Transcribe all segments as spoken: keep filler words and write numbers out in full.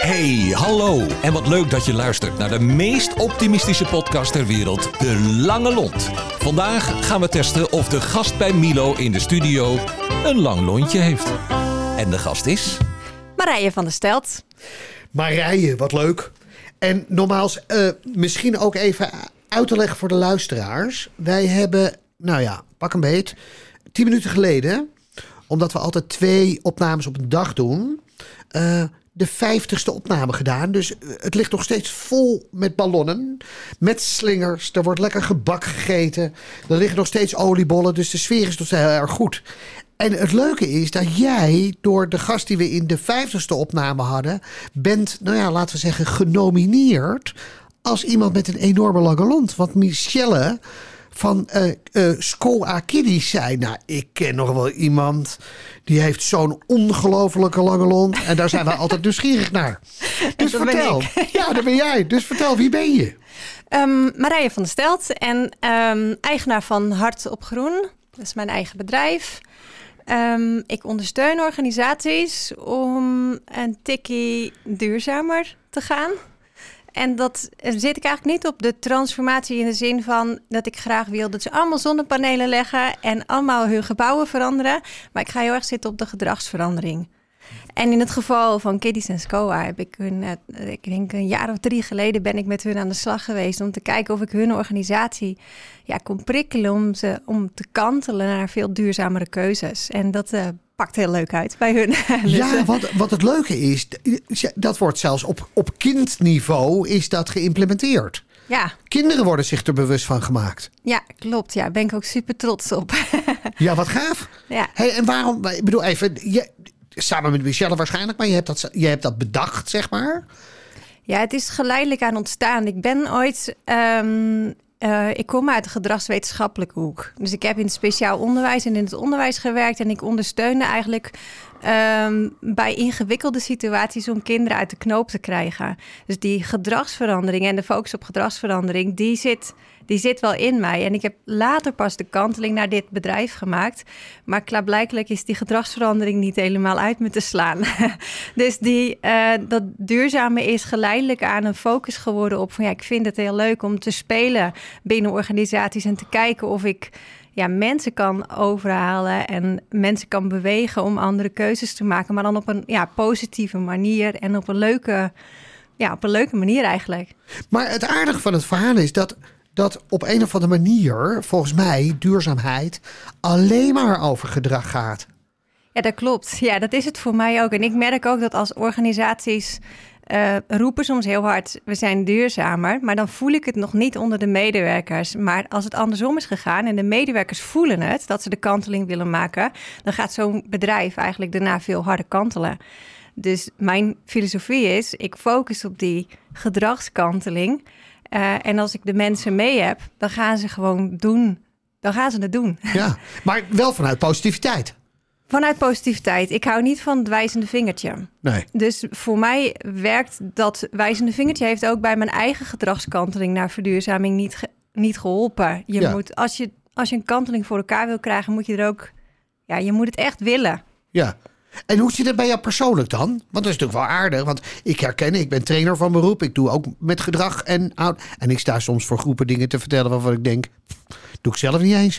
Hey, hallo. En wat leuk dat je luistert naar de meest optimistische podcast ter wereld, De Lange Lont. Vandaag gaan we testen of de gast bij Milo in de studio een lang lontje heeft. En de gast is... Marije van der Stelt. Marije, wat leuk. En nogmaals, uh, misschien ook even uit te leggen voor de luisteraars. Wij hebben, nou ja, pak een beet, tien minuten geleden, omdat we altijd twee opnames op een dag doen, uh, de vijftigste opname gedaan. Dus het ligt nog steeds vol met ballonnen, met slingers. Er wordt lekker gebak gegeten. Er liggen nog steeds oliebollen, dus de sfeer is nog heel erg goed. En het leuke is dat jij, door de gast die we in de vijftigste opname hadden, bent, nou ja, laten we zeggen, genomineerd als iemand met een enorme lange lont. Want Michelle van uh, uh, Skoa Kiddies zei, nou, ik ken nog wel iemand die heeft zo'n ongelofelijke lange lont. En daar zijn we altijd nieuwsgierig naar. Dus vertel. Ja, daar ben jij. Dus vertel, wie ben je? Um, Marije van der Stelt en um, eigenaar van Hart op Groen. Dat is mijn eigen bedrijf. Um, ik ondersteun organisaties om een tikkie duurzamer te gaan. En dat zit ik eigenlijk niet op de transformatie in de zin van dat ik graag wil dat ze allemaal zonnepanelen leggen en allemaal hun gebouwen veranderen. Maar ik ga heel erg zitten op de gedragsverandering. En in het geval van Kiddies en Skoa heb ik hun, ik denk een jaar of drie geleden ben ik met hun aan de slag geweest om te kijken of ik hun organisatie ja, kon prikkelen om, ze, om te kantelen naar veel duurzamere keuzes. En dat uh, pakt heel leuk uit bij hun. Ja, wat, wat het leuke is, dat wordt zelfs op, op kindniveau is dat geïmplementeerd. Ja. Kinderen worden zich er bewust van gemaakt. Ja, klopt. Ja, daar ben ik ook super trots op. Ja, wat gaaf. Ja. Hey, en waarom, ik bedoel even, je, samen met Michelle waarschijnlijk, maar je hebt dat, je hebt dat bedacht, zeg maar. Ja, het is geleidelijk aan ontstaan. Ik ben ooit... Um, uh, ik kom uit de gedragswetenschappelijke hoek. Dus ik heb in het speciaal onderwijs en in het onderwijs gewerkt. En ik ondersteunde eigenlijk um, bij ingewikkelde situaties om kinderen uit de knoop te krijgen. Dus die gedragsverandering en de focus op gedragsverandering, die zit... Die zit wel in mij. En ik heb later pas de kanteling naar dit bedrijf gemaakt. Maar klaarblijkelijk is die gedragsverandering niet helemaal uit me te slaan. Dus die, uh, dat duurzame is geleidelijk aan een focus geworden op van ja, ik vind het heel leuk om te spelen binnen organisaties en te kijken of ik ja, mensen kan overhalen en mensen kan bewegen om andere keuzes te maken. Maar dan op een ja, positieve manier en op een leuke, ja, op een leuke manier eigenlijk. Maar het aardige van het verhaal is dat dat op een of andere manier, volgens mij, duurzaamheid alleen maar over gedrag gaat. Ja, dat klopt. Ja, dat is het voor mij ook. En ik merk ook dat als organisaties uh, roepen soms heel hard, we zijn duurzamer, maar dan voel ik het nog niet onder de medewerkers. Maar als het andersom is gegaan en de medewerkers voelen het, dat ze de kanteling willen maken, dan gaat zo'n bedrijf eigenlijk daarna veel harder kantelen. Dus mijn filosofie is, ik focus op die gedragskanteling. Uh, en als ik de mensen mee heb, dan gaan ze gewoon doen. Dan gaan ze het doen. Ja, maar wel vanuit positiviteit. Vanuit positiviteit. Ik hou niet van het wijzende vingertje. Nee. Dus voor mij werkt dat wijzende vingertje heeft ook bij mijn eigen gedragskanteling naar verduurzaming niet, ge- niet geholpen. Je ja. moet, als je, als je een kanteling voor elkaar wil krijgen, moet je er ook, ja, je moet het echt willen. Ja. En hoe zit het bij jou persoonlijk dan? Want dat is natuurlijk wel aardig. Want ik herken, ik ben trainer van beroep. Ik doe ook met gedrag en oud. En ik sta soms voor groepen dingen te vertellen waarvan ik denk, doe ik zelf niet eens.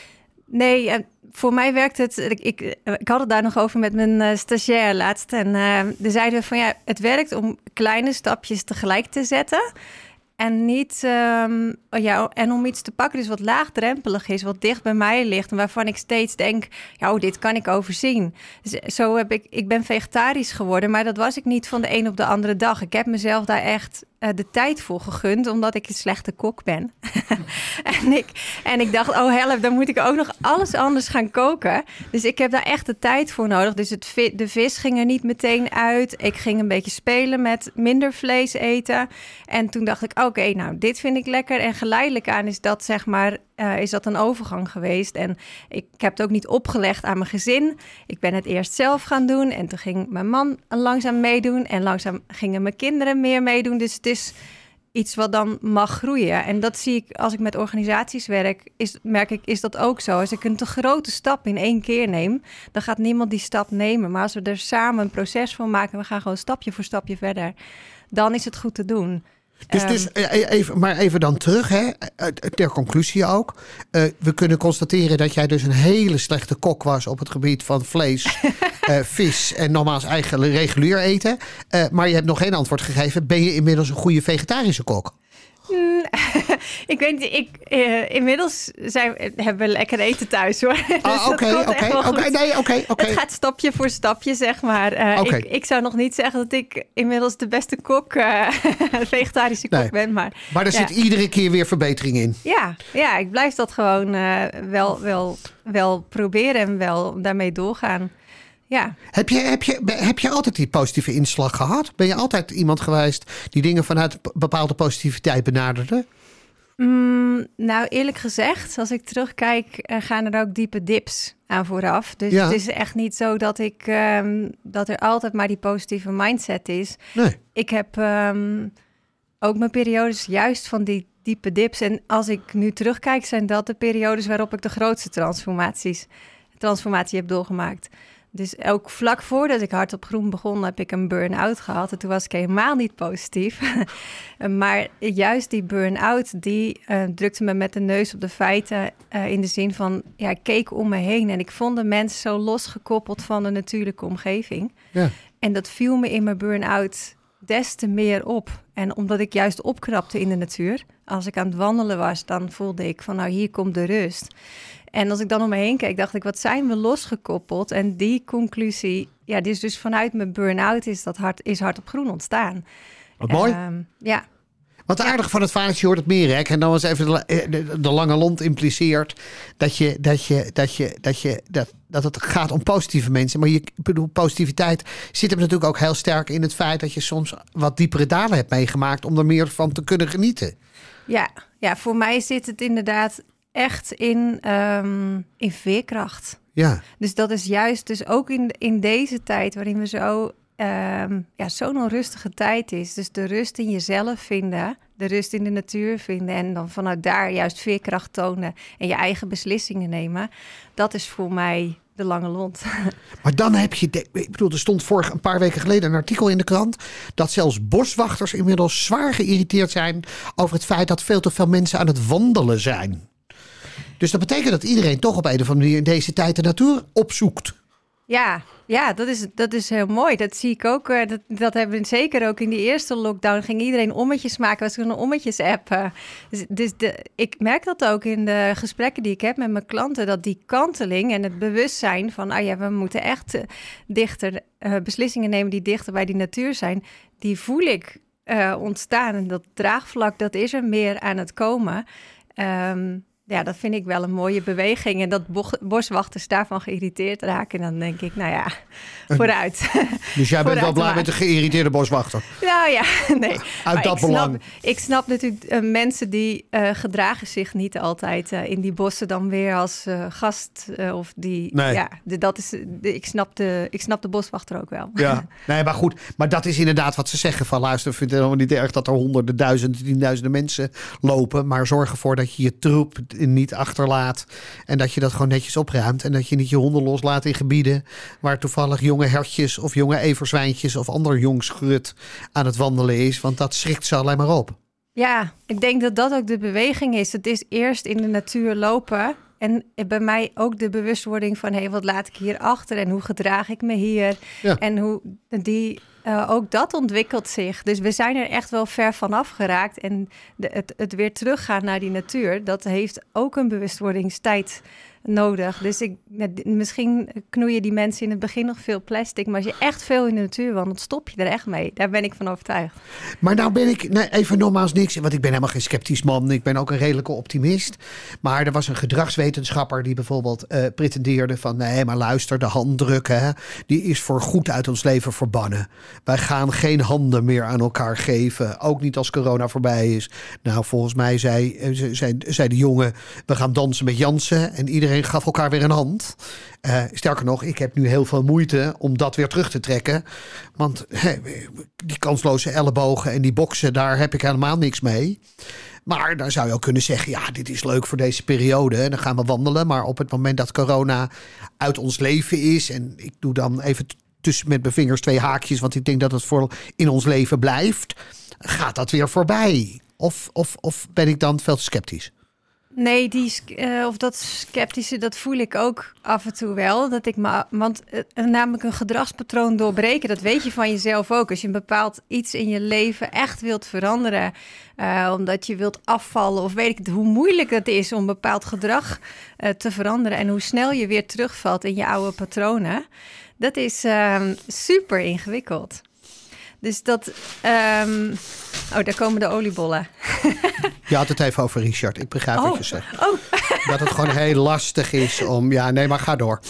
Nee, voor mij werkt het. Ik, ik, ik had het daar nog over met mijn uh, stagiair laatst. En uh, daar zeiden we van ja, het werkt om kleine stapjes tegelijk te zetten. En niet, um, ja, en om iets te pakken dus wat laagdrempelig is, wat dicht bij mij ligt en waarvan ik steeds denk, ja, oh, dit kan ik overzien. Dus zo heb ik, ik ben vegetarisch geworden, maar dat was ik niet van de een op de andere dag. Ik heb mezelf daar echt uh, de tijd voor gegund, omdat ik een slechte kok ben. en, ik, en ik dacht, oh help, dan moet ik ook nog alles anders gaan koken. Dus ik heb daar echt de tijd voor nodig. Dus het vi- de vis ging er niet meteen uit. Ik ging een beetje spelen met minder vlees eten. En toen dacht ik, oké, okay, nou, dit vind ik lekker. En geleidelijk aan is dat, zeg maar, uh, is dat een overgang geweest. En ik heb het ook niet opgelegd aan mijn gezin. Ik ben het eerst zelf gaan doen. En toen ging mijn man langzaam meedoen. En langzaam gingen mijn kinderen meer meedoen. Dus het is iets wat dan mag groeien. En dat zie ik als ik met organisaties werk, is, merk ik, is dat ook zo. Als ik een te grote stap in één keer neem, dan gaat niemand die stap nemen. Maar als we er samen een proces van maken, we gaan gewoon stapje voor stapje verder, dan is het goed te doen. Dus, dus even, maar even dan terug, hè, ter conclusie ook. Uh, we kunnen constateren dat jij dus een hele slechte kok was op het gebied van vlees, uh, vis en nogmaals eigen regulier eten. Uh, maar je hebt nog geen antwoord gegeven. Ben je inmiddels een goede vegetarische kok? Mm, ik weet niet, ik, uh, inmiddels zijn, hebben we lekker eten thuis hoor. Ah, oké, oké, oké, nee, oké, oké. Het gaat stapje voor stapje, zeg maar. Uh, okay. ik, ik zou nog niet zeggen dat ik inmiddels de beste kok, uh, vegetarische kok nee. ben. Maar, maar er ja. zit iedere keer weer verbetering in. Ja, ja ik blijf dat gewoon uh, wel, wel, wel proberen en wel daarmee doorgaan. Ja. Heb je, heb, je, heb je altijd die positieve inslag gehad? Ben je altijd iemand geweest die dingen vanuit bepaalde positiviteit benaderde? Mm, nou, eerlijk gezegd, als ik terugkijk, uh, gaan er ook diepe dips aan vooraf. Dus ja. het is echt niet zo dat ik um, dat er altijd maar die positieve mindset is. Nee. Ik heb um, ook mijn periodes juist van die diepe dips. En als ik nu terugkijk, zijn dat de periodes waarop ik de grootste transformaties, transformatie heb doorgemaakt. Dus ook vlak voordat ik Hart op Groen begon, heb ik een burn-out gehad. En toen was ik helemaal niet positief. Maar juist die burn-out, die uh, drukte me met de neus op de feiten. Uh, in de zin van, ja, ik keek om me heen. En ik vond de mensen zo losgekoppeld van de natuurlijke omgeving. Ja. En dat viel me in mijn burn-out des te meer op. En omdat ik juist opknapte in de natuur. Als ik aan het wandelen was, dan voelde ik van, nou, hier komt de rust. En als ik dan om me heen keek, dacht ik, wat zijn we losgekoppeld? En die conclusie, ja, die is dus vanuit mijn burn-out is dat hart, is Hart op Groen ontstaan. Wat mooi. Uh, ja. Wat aardig ja. van het vadertje hoort het meer, hè? En dan was even de, de, de lange lont impliceert dat je dat je dat je dat je dat dat het gaat om positieve mensen. Maar je bedoel, positiviteit zit hem natuurlijk ook heel sterk in het feit dat je soms wat diepere dalen hebt meegemaakt om er meer van te kunnen genieten. Ja, ja, voor mij zit het inderdaad echt in, um, in veerkracht. Ja. Dus dat is juist dus ook in, in deze tijd waarin we zo, um, ja, zo'n onrustige tijd is. Dus de rust in jezelf vinden, de rust in de natuur vinden en dan vanuit daar juist veerkracht tonen en je eigen beslissingen nemen. Dat is voor mij de lange lont. Maar dan heb je, de, ik bedoel, er stond vorig een paar weken geleden een artikel in de krant dat zelfs boswachters inmiddels zwaar geïrriteerd zijn over het feit dat veel te veel mensen aan het wandelen zijn. Dus dat betekent dat iedereen toch op een of andere manier in deze tijd de natuur opzoekt. Ja, ja, dat is, dat is heel mooi. Dat zie ik ook. Uh, dat, dat hebben we zeker ook in die eerste lockdown. Ging iedereen ommetjes maken. Was er een ommetjes-app. Uh, dus dus de, ik merk dat ook in de gesprekken die ik heb met mijn klanten. Dat die kanteling en het bewustzijn van, ah ja, we moeten echt uh, dichter uh, beslissingen nemen die dichter bij die natuur zijn. Die voel ik uh, ontstaan. En dat draagvlak, dat is er meer aan het komen. Um, Ja, dat vind ik wel een mooie beweging. En dat bo- boswachters daarvan geïrriteerd raken. En dan denk ik, nou ja, vooruit. Dus jij bent wel blij met de geïrriteerde boswachter? Nou ja, nee. Uit maar dat ik belang. Snap, ik snap natuurlijk uh, mensen die uh, gedragen zich niet altijd uh, in die bossen dan weer als uh, gast. Uh, of die, nee. ja, de, dat is, de, ik, snap de, ik snap de boswachter ook wel. Ja, nee, maar goed. Maar dat is inderdaad wat ze zeggen van, luister, ik vind het helemaal niet erg dat er honderden, duizenden, tienduizenden mensen lopen. Maar zorg ervoor dat je je troep niet achterlaat en dat je dat gewoon netjes opruimt en dat je niet je honden loslaat in gebieden waar toevallig jonge hertjes of jonge everzwijntjes of ander jong schrut aan het wandelen is, want dat schrikt ze alleen maar op. Ja, ik denk dat dat ook de beweging is. Het is eerst in de natuur lopen en bij mij ook de bewustwording van, hé, hey, wat laat ik hier achter en hoe gedraag ik me hier? Ja. En hoe die uh, ook dat ontwikkelt zich. Dus we zijn er echt wel ver vanaf geraakt en de, het, het weer teruggaan naar die natuur, dat heeft ook een bewustwordingstijd nodig. Dus ik, misschien knoeien die mensen in het begin nog veel plastic, maar als je echt veel in de natuur wandelt, stop je er echt mee. Daar ben ik van overtuigd. Maar nou ben ik, nee, even nogmaals niks, want ik ben helemaal geen sceptisch man. Ik ben ook een redelijke optimist. Maar er was een gedragswetenschapper die bijvoorbeeld uh, pretendeerde van, nee, maar luister, de handdruk, hè, die is voor goed uit ons leven verbannen. Wij gaan geen handen meer aan elkaar geven, ook niet als corona voorbij is. Nou, volgens mij zei, zei, zei de jongen, we gaan dansen met Jansen en iedereen iedereen gaf elkaar weer een hand. Uh, sterker nog, ik heb nu heel veel moeite om dat weer terug te trekken. Want hey, die kansloze ellebogen en die boksen, daar heb ik helemaal niks mee. Maar dan zou je ook kunnen zeggen, ja, dit is leuk voor deze periode. En dan gaan we wandelen. Maar op het moment dat corona uit ons leven is, en ik doe dan even tussen met mijn vingers twee haakjes, want ik denk dat het voor in ons leven blijft, gaat dat weer voorbij? Of, of, of ben ik dan veel te sceptisch? Nee, die, uh, of dat sceptische, dat voel ik ook af en toe wel. Dat ik ma- want uh, namelijk een gedragspatroon doorbreken, dat weet je van jezelf ook. Als je een bepaald iets in je leven echt wilt veranderen, uh, omdat je wilt afvallen of weet ik het, hoe moeilijk het is om bepaald gedrag uh, te veranderen en hoe snel je weer terugvalt in je oude patronen, dat is uh, super ingewikkeld. Dus dat... Um... Oh, daar komen de oliebollen. Je had het even over Richard. Ik begrijp oh. wat je zegt. Oh. Dat het gewoon heel lastig is om... Ja, nee, maar ga door.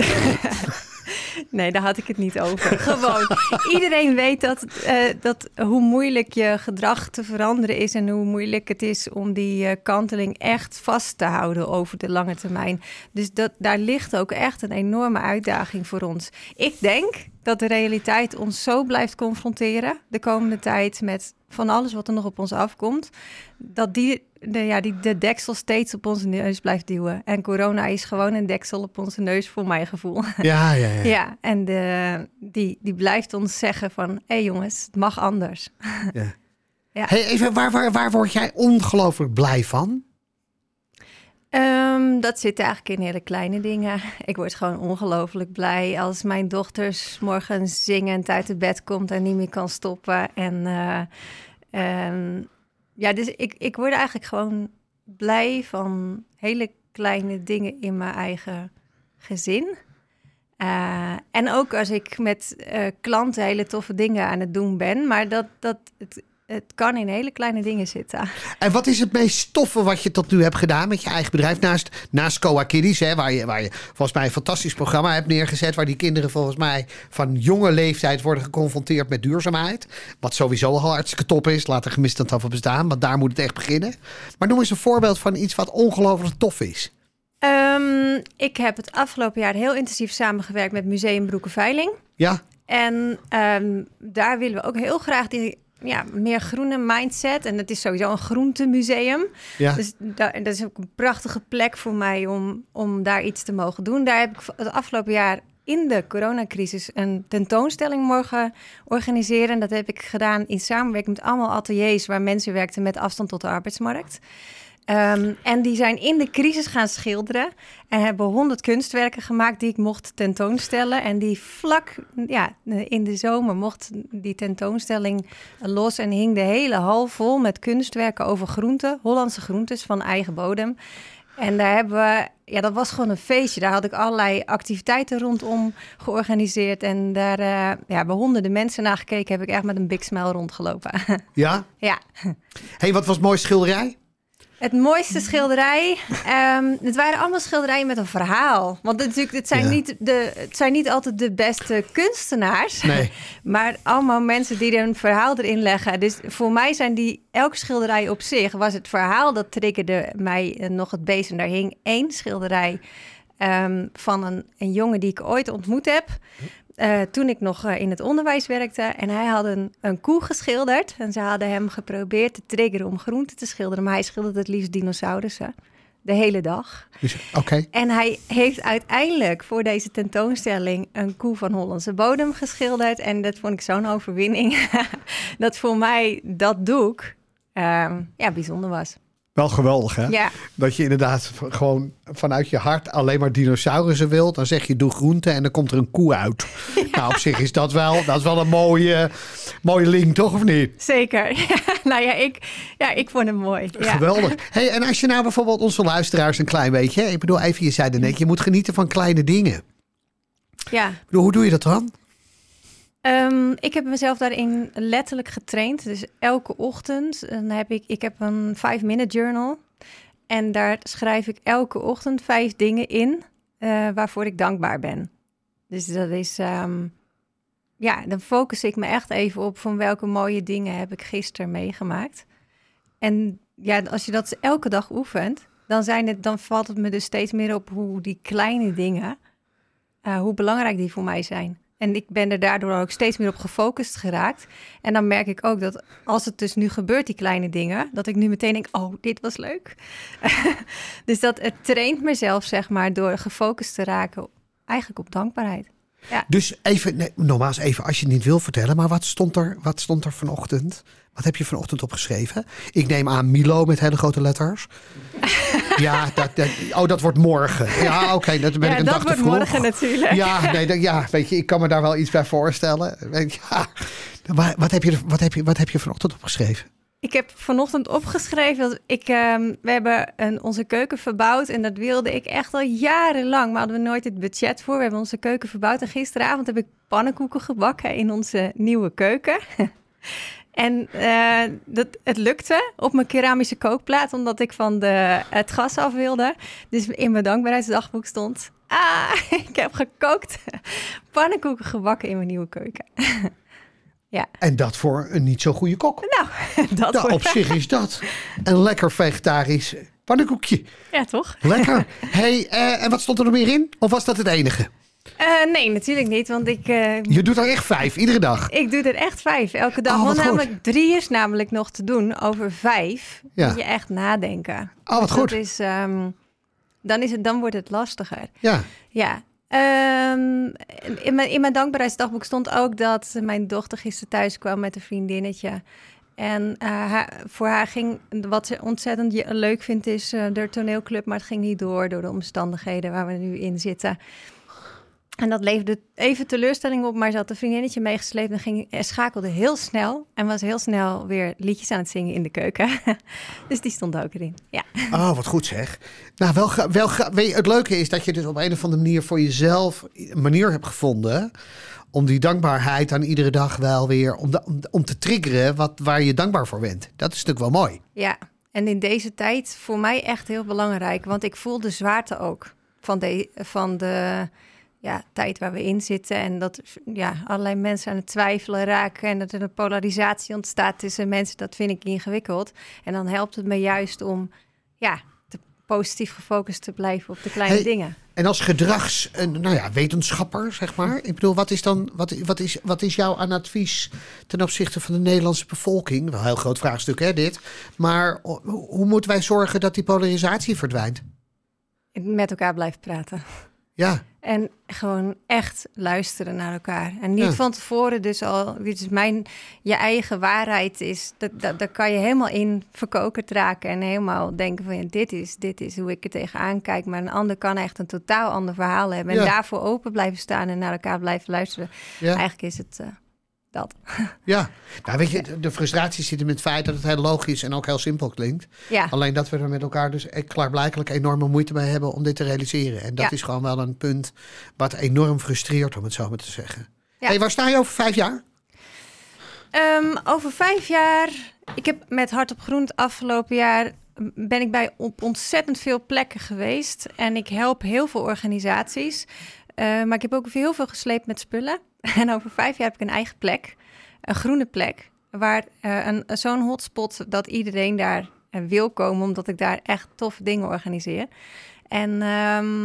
Nee, daar had ik het niet over. Gewoon, iedereen weet dat, uh, dat hoe moeilijk je gedrag te veranderen is en hoe moeilijk het is om die uh, kanteling echt vast te houden over de lange termijn. Dus dat, daar ligt ook echt een enorme uitdaging voor ons. Ik denk dat de realiteit ons zo blijft confronteren de komende tijd met van alles wat er nog op ons afkomt, dat die de, ja, die de deksel steeds op onze neus blijft duwen. En corona is gewoon een deksel op onze neus, voor mijn gevoel. Ja, ja, ja. Ja, en de, die, die blijft ons zeggen van, hé hey jongens, het mag anders. Ja. Ja. Hey, even, waar, waar, waar word jij ongelooflijk blij van? Um, dat zit eigenlijk in hele kleine dingen. Ik word gewoon ongelooflijk blij als mijn dochter 's morgens zingend uit het bed komt en niet meer kan stoppen. En uh, um, ja, dus ik, ik word eigenlijk gewoon blij van hele kleine dingen in mijn eigen gezin. Uh, en ook als ik met uh, klanten hele toffe dingen aan het doen ben. Maar dat, dat het, het kan in hele kleine dingen zitten. En wat is het meest toffe wat je tot nu hebt gedaan met je eigen bedrijf? Naast, naast Coa Kiddies, hè, waar, je, waar je volgens mij een fantastisch programma hebt neergezet. Waar die kinderen volgens mij van jonge leeftijd worden geconfronteerd met duurzaamheid. Wat sowieso al hartstikke top is. Laat er gemist aan van bestaan, want daar moet het echt beginnen. Maar noem eens een voorbeeld van iets wat ongelooflijk tof is. Um, ik heb het afgelopen jaar heel intensief samengewerkt met Museum Broekenveiling. Ja. En um, daar willen we ook heel graag die ja, meer groene mindset. En het is sowieso een groentemuseum. Ja. Dus da- dat is ook een prachtige plek voor mij om, om daar iets te mogen doen. Daar heb ik het afgelopen jaar in de coronacrisis een tentoonstelling mogen organiseren. En dat heb ik gedaan in samenwerking met allemaal ateliers waar mensen werkten met afstand tot de arbeidsmarkt. Um, en die zijn in de crisis gaan schilderen en hebben honderd kunstwerken gemaakt die ik mocht tentoonstellen. En die vlak ja, in de zomer mocht die tentoonstelling los en hing de hele hal vol met kunstwerken over groenten, Hollandse groentes van eigen bodem. En daar hebben we, ja, dat was gewoon een feestje. Daar had ik allerlei activiteiten rondom georganiseerd. En daar uh, ja, hebben honderden mensen naar gekeken. Heb ik echt met een big smile rondgelopen. Ja? Ja. Hey, wat was het mooiste schilderij? Het mooiste schilderij. Um, het waren allemaal schilderijen met een verhaal. Want het, natuurlijk, het, zijn Ja. niet de, het zijn niet altijd de beste kunstenaars. Nee. Maar allemaal mensen die er een verhaal erin leggen. Dus voor mij zijn die, elke schilderij op zich was het verhaal. Dat triggerde mij nog het beest. En daar hing één schilderij um, van een, een jongen die ik ooit ontmoet heb. Uh, toen ik nog uh, in het onderwijs werkte. En hij had een, een koe geschilderd. En ze hadden hem geprobeerd te triggeren om groenten te schilderen. Maar hij schilderde het liefst dinosaurussen. De hele dag. Dus, Oké. Okay. En hij heeft uiteindelijk voor deze tentoonstelling een koe van Hollandse bodem geschilderd. En dat vond ik zo'n overwinning. Dat voor mij dat doek uh, ja, bijzonder was. Wel geweldig, hè? Ja. Dat je inderdaad gewoon vanuit je hart alleen maar dinosaurussen wilt. Dan zeg je doe groente en dan komt er een koe uit. Ja. Nou, op zich is dat wel, dat is wel een mooie, mooie link, toch? Of niet? Zeker. Ja, nou ja ik, ja, ik vond hem mooi. Ja. Geweldig. Hey, en als je nou bijvoorbeeld onze luisteraars een klein beetje... Ik bedoel, even, je zei er net, je moet genieten van kleine dingen. Ja. Ik bedoel, hoe doe je dat dan? Um, ik heb mezelf daarin letterlijk getraind. Dus elke ochtend dan heb ik, ik heb een five-minute journal. En daar schrijf ik elke ochtend vijf dingen in uh, waarvoor ik dankbaar ben. Dus dat is, um, ja, dan focus ik me echt even op van welke mooie dingen heb ik gisteren meegemaakt. En ja, als je dat elke dag oefent, dan, zijn het, dan valt het me dus steeds meer op hoe die kleine dingen, uh, hoe belangrijk die voor mij zijn. En ik ben er daardoor ook steeds meer op gefocust geraakt. En dan merk ik ook dat als het dus nu gebeurt, die kleine dingen, dat ik nu meteen denk, oh, dit was leuk. Dus dat het traint mezelf, zeg maar, door gefocust te raken, eigenlijk op dankbaarheid. Ja. Dus even, nee, nogmaals even, als je het niet wil vertellen, maar wat stond er, wat stond er vanochtend? Wat heb je vanochtend opgeschreven? Ik neem aan Milo met hele grote letters. Ja, dat, dat, oh, dat wordt morgen. Ja, oké, okay, dat ben ja, ik een dat dag te wordt vroeg. morgen natuurlijk. Ja, nee, dat, ja, weet je, ik kan me daar wel iets bij voorstellen. Ja, maar wat heb je, wat heb je, wat heb je vanochtend opgeschreven? Ik heb vanochtend opgeschreven dat ik, um, we hebben een, onze keuken verbouwd en dat wilde ik echt al jarenlang, maar hadden we nooit het budget voor. We hebben onze keuken verbouwd en gisteravond heb ik pannenkoeken gebakken in onze nieuwe keuken. En uh, dat, het lukte op mijn keramische kookplaat, omdat ik van de, het gas af wilde. Dus in mijn dankbaarheidsdagboek stond, ah, ik heb gekookt pannenkoeken gebakken in mijn nieuwe keuken. Ja. En dat voor een niet zo goede kok. Nou, dat nou, voor... op zich is dat een lekker vegetarisch pannenkoekje. Ja, toch? Lekker. Hey, uh, en wat stond er nog meer in? Of was dat het enige? Uh, nee, natuurlijk niet, want ik... Uh, Je doet er echt vijf, iedere dag? Ik doe er echt vijf, elke dag. Oh, want goed. namelijk drie is namelijk nog te doen. Over vijf ja. moet je echt nadenken. Oh, wat dus goed. Dat is, um, dan, is het, dan wordt het lastiger. Ja. Ja. Um, in, mijn, in mijn dankbaarheidsdagboek stond ook dat mijn dochter gisteren thuis kwam met een vriendinnetje. En uh, haar, voor haar ging, wat ze ontzettend leuk vindt, is uh, de toneelclub. Maar het ging niet door, door de omstandigheden waar we nu in zitten. En dat leverde even teleurstelling op, maar ze had een vriendinnetje meegesleept en ging, schakelde heel snel. En was heel snel weer liedjes aan het zingen in de keuken. Dus die stond ook erin, ja. Oh, wat goed zeg. Nou, wel, wel, weet je, het leuke is dat je dus op een of andere manier voor jezelf een manier hebt gevonden om die dankbaarheid aan iedere dag wel weer, om, de, om, om te triggeren wat, waar je dankbaar voor bent. Dat is natuurlijk wel mooi. Ja, en in deze tijd voor mij echt heel belangrijk, want ik voel de zwaarte ook van de... Van de Ja, tijd waar we in zitten en dat ja, allerlei mensen aan het twijfelen raken en dat er een polarisatie ontstaat tussen mensen, dat vind ik ingewikkeld. En dan helpt het me juist om ja, te positief gefocust te blijven op de kleine hey, dingen. En als gedrags, nou ja, wetenschapper, zeg maar. Ik bedoel, wat is dan, wat, wat is, wat is jouw aan advies ten opzichte van de Nederlandse bevolking? Wel een heel groot vraagstuk, hè, dit. Maar hoe moeten wij zorgen dat die polarisatie verdwijnt? Met elkaar blijven praten. Ja. En gewoon echt luisteren naar elkaar. En niet ja. van tevoren dus al... Dus mijn, je eigen waarheid is... Dat, dat, daar kan je helemaal in verkokerd raken. En helemaal denken van... Ja, dit, is, dit is hoe ik er tegenaan kijk. Maar een ander kan echt een totaal ander verhaal hebben. En ja. daarvoor open blijven staan en naar elkaar blijven luisteren. Ja. Eigenlijk is het... Uh, dat. Ja, nou weet je, de frustratie zit in het feit dat het heel logisch en ook heel simpel klinkt. Ja. Alleen dat we er met elkaar dus klaarblijkelijk enorme moeite mee hebben om dit te realiseren. En dat ja. is gewoon wel een punt wat enorm frustreert, om het zo maar te zeggen. Ja. Hey, waar sta je over vijf jaar? Um, over vijf jaar, ik heb met Hart op Groen het afgelopen jaar, ben ik bij op ontzettend veel plekken geweest. En ik help heel veel organisaties. Uh, maar ik heb ook heel veel gesleept met spullen. En over vijf jaar heb ik een eigen plek, een groene plek, waar uh, een, zo'n hotspot dat iedereen daar uh, wil komen, omdat ik daar echt toffe dingen organiseer. En, um,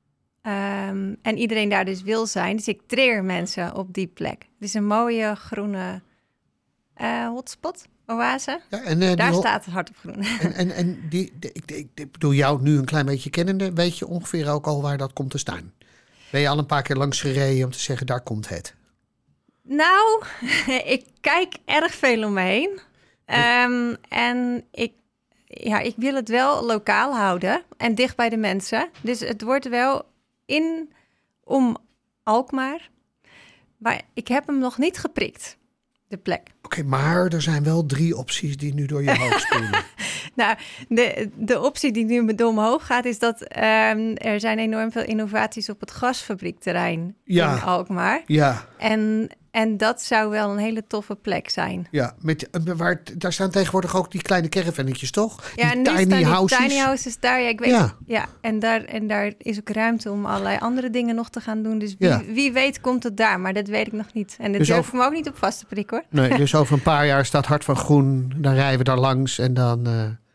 um, en iedereen daar dus wil zijn. Dus ik trigger mensen op die plek. Het is een mooie groene uh, hotspot, oase. Ja, en, uh, daar ho- staat het Hart op Groen. En, en, en die, die, ik, ik, ik bedoel jou nu een klein beetje kennende, weet je ongeveer ook al waar dat komt te staan? Ben je al een paar keer langs gereden om te zeggen, daar komt het? Nou, ik kijk erg veel om me heen. Um, en ik, ja, ik wil het wel lokaal houden en dicht bij de mensen. Dus het wordt wel in om Alkmaar. Maar ik heb hem nog niet geprikt, de plek. Oké, okay, maar er zijn wel drie opties die nu door je hoofd spelen. Nou, de, de optie die nu door me hoog gaat is dat um, er zijn enorm veel innovaties op het gasfabriekterrein ja. in Alkmaar. Ja. En, en dat zou wel een hele toffe plek zijn. Ja, met, waar, daar staan tegenwoordig ook die kleine caravannetjes, toch? Ja, die en tiny die houses. tiny houses daar. Ja, ik weet. Ja. ja en, daar, en daar is ook ruimte om allerlei andere dingen nog te gaan doen. Dus wie, ja. wie weet komt het daar, maar dat weet ik nog niet. En dat dus durf over... ik me ook niet op vast te prikken, hoor. Nee, dus over een paar jaar staat Hart van Groen, dan rijden we daar langs en dan... Uh...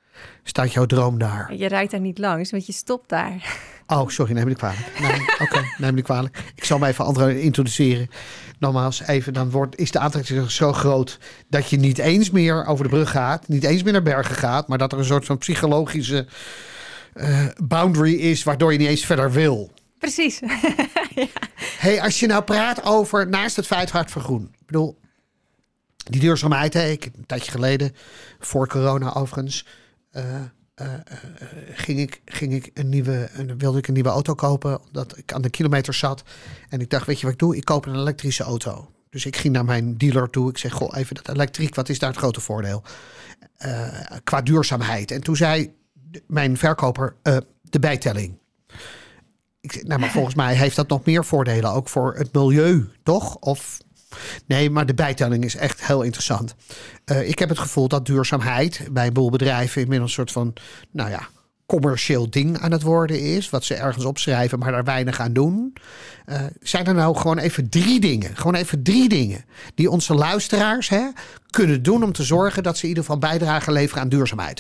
staat jouw droom daar? Je rijdt daar niet langs, want je stopt daar. Oh, sorry, neem me niet kwalijk. Nee, Oké, okay, neem me niet kwalijk. Ik zal me even anderen introduceren. Nogmaals, even, dan wordt, is de aantrekkingskracht zo groot dat je niet eens meer over de brug gaat, niet eens meer naar Bergen gaat, maar dat er een soort van psychologische uh, boundary is, waardoor je niet eens verder wil. Precies. Ja. Hey, als je nou praat over, naast het feit hard voor groen. Ik bedoel, die duurzaamheid, hè, ik, een tijdje geleden, voor corona overigens, uh, uh, uh, ging ik, ging ik een nieuwe, een, wilde ik een nieuwe auto kopen, omdat ik aan de kilometers zat. En ik dacht, weet je wat ik doe? Ik koop een elektrische auto. Dus ik ging naar mijn dealer toe. Ik zeg, goh, even dat elektriek, wat is daar het grote voordeel? Uh, qua duurzaamheid. En toen zei mijn verkoper, uh, de bijtelling. Ik, nou, maar volgens mij heeft dat nog meer voordelen, ook voor het milieu, toch? Of nee, maar de bijtelling is echt heel interessant. Uh, ik heb het gevoel dat duurzaamheid bij een boel bedrijven inmiddels een soort van, nou ja, commercieel ding aan het worden is, wat ze ergens opschrijven, maar daar weinig aan doen. Uh, zijn er nou gewoon even drie dingen, gewoon even drie dingen die onze luisteraars hè, kunnen doen om te zorgen dat ze in ieder geval bijdrage leveren aan duurzaamheid?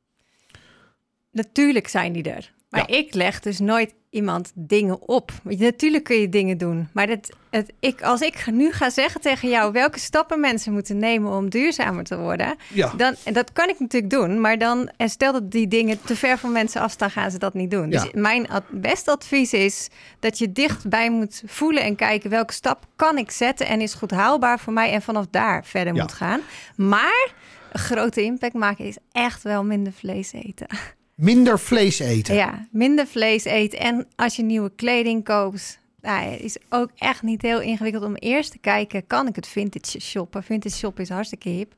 Natuurlijk zijn die er. Maar ja. Ik leg dus nooit iemand dingen op. Natuurlijk kun je dingen doen. Maar het, het, ik, als ik nu ga zeggen tegen jou welke stappen mensen moeten nemen om duurzamer te worden, ja. dan, en dat kan ik natuurlijk doen. Maar dan, en stel dat die dingen te ver van mensen afstaan, gaan ze dat niet doen. Ja. Dus mijn ad, beste advies is dat je dichtbij moet voelen en kijken welke stap kan ik zetten en is goed haalbaar voor mij en vanaf daar verder ja. moet gaan. Maar een grote impact maken is echt wel minder vlees eten. Minder vlees eten. Ja, minder vlees eten. En als je nieuwe kleding koopt, nou, is ook echt niet heel ingewikkeld om eerst te kijken, kan ik het vintage shoppen? Vintage shoppen is hartstikke hip.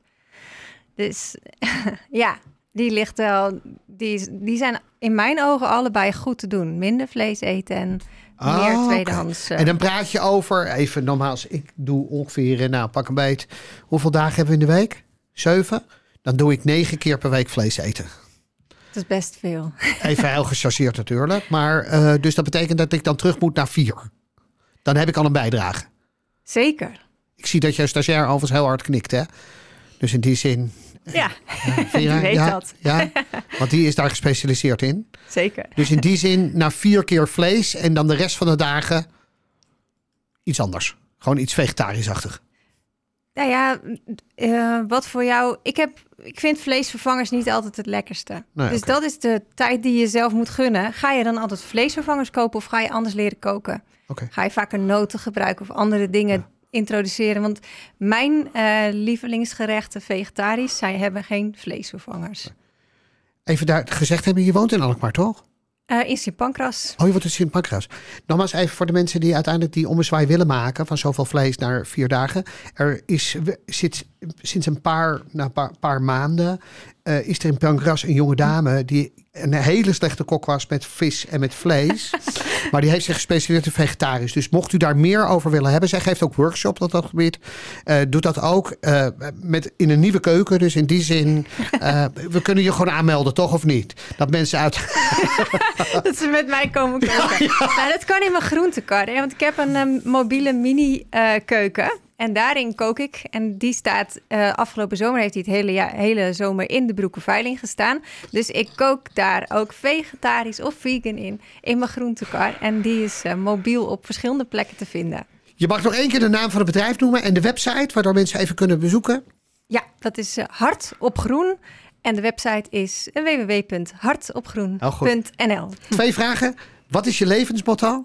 Dus ja, die ligt wel, die, die zijn in mijn ogen allebei goed te doen. Minder vlees eten en ah, meer tweedehands. Okay. En dan praat je over, even nogmaals, ik doe ongeveer, nou pak een beet, hoeveel dagen hebben we in de week? Zeven? Dan doe ik negen keer per week vlees eten. Dat is best veel. Even heel gechargeerd natuurlijk. Maar uh, dus dat betekent dat ik dan terug moet naar vier. Dan heb ik al een bijdrage. Zeker. Ik zie dat jouw stagiair overigens heel hard knikt, hè? Dus in die zin. Ja, uh, die weet ja, dat. Ja, want die is daar gespecialiseerd in. Zeker. Dus in die zin naar vier keer vlees en dan de rest van de dagen iets anders. Gewoon iets vegetarisch-achtig. Nou ja, uh, wat voor jou... Ik, heb, ik vind vleesvervangers niet altijd het lekkerste. Nee, dus okay. Dat is de tijd die je zelf moet gunnen. Ga je dan altijd vleesvervangers kopen of ga je anders leren koken? Okay. Ga je vaker noten gebruiken of andere dingen ja. introduceren? Want mijn uh, lievelingsgerechten vegetarisch, zij hebben geen vleesvervangers. Even daar gezegd hebben, je woont in Alkmaar, toch? Uh, in Sint Pancras. Oh, je wordt in Sint Pancras. Nogmaals even voor de mensen die uiteindelijk die ommezwaai willen maken van zoveel vlees naar vier dagen. Er is zit, sinds een paar, nou, paar, paar maanden uh, is er in Pancras een jonge dame die een hele slechte kok was met vis en met vlees. Maar die heeft zich gespecialiseerd in vegetarisch. Dus mocht u daar meer over willen hebben. Zij geeft ook workshops op dat gebied. Uh, doet dat ook uh, met, in een nieuwe keuken. Dus in die zin, uh, we kunnen je gewoon aanmelden, toch of niet? Dat mensen uit... dat ze met mij komen koken. Ja, ja. Nou, dat kan in mijn groentekar. Hè? Want ik heb een um, mobiele mini uh, keuken. En daarin kook ik. En die staat, uh, afgelopen zomer heeft hij het hele, ja, hele zomer in de Broekenveiling gestaan. Dus ik kook daar ook vegetarisch of vegan in, in mijn groentekar. En die is uh, mobiel op verschillende plekken te vinden. Je mag nog één keer de naam van het bedrijf noemen en de website, waardoor mensen even kunnen bezoeken. Ja, dat is uh, Hart op Groen. En de website is w w w punt hart op groen punt n l. Twee vragen. Wat is je levensmotto?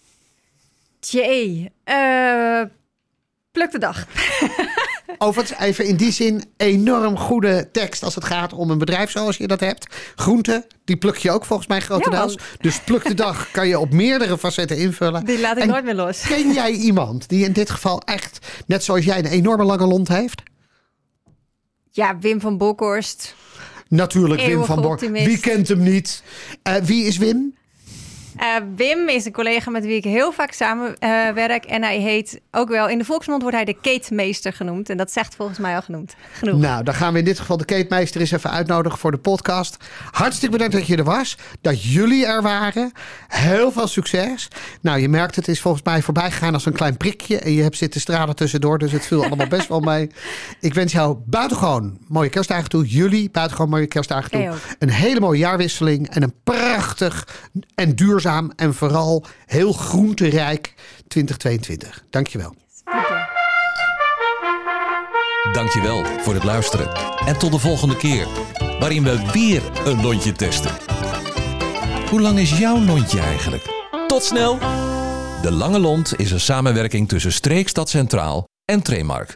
Tjee, uh, pluk de dag. Overigens, even in die zin enorm goede tekst als het gaat om een bedrijf zoals je dat hebt. Groenten, die pluk je ook volgens mij grotendeels. Ja, dus pluk de dag kan je op meerdere facetten invullen. Die laat ik en nooit meer los. Ken jij iemand die in dit geval echt, net zoals jij, een enorme lange lont heeft? Ja, Wim van Bokhorst. Natuurlijk, Wim van Bokhorst. Wie kent hem niet? Uh, wie is Wim? Uh, Wim is een collega met wie ik heel vaak samenwerk. Uh, werk, en hij heet ook wel, in de volksmond wordt hij de keetmeester genoemd. En dat zegt volgens mij al genoemd. genoeg. Nou, dan gaan we in dit geval de keetmeester eens even uitnodigen voor de podcast. Hartstikke bedankt dat je er was. Dat jullie er waren. Heel veel succes. Nou, je merkt het is volgens mij voorbij gegaan als een klein prikje. En je hebt zitten stralen tussendoor. Dus het viel allemaal best wel mee. Ik wens jou buitengewoon mooie kerstdagen toe. Jullie buitengewoon mooie kerstdagen toe. Een hele mooie jaarwisseling. En een prachtig en duurzaam en vooral heel groenterijk twintig tweeëntwintig. Dankjewel. Dankjewel voor het luisteren. En tot de volgende keer, waarin we weer een lontje testen. Hoe lang is jouw lontje eigenlijk? Tot snel! De Lange Lont is een samenwerking tussen Streekstad Centraal en Tremark.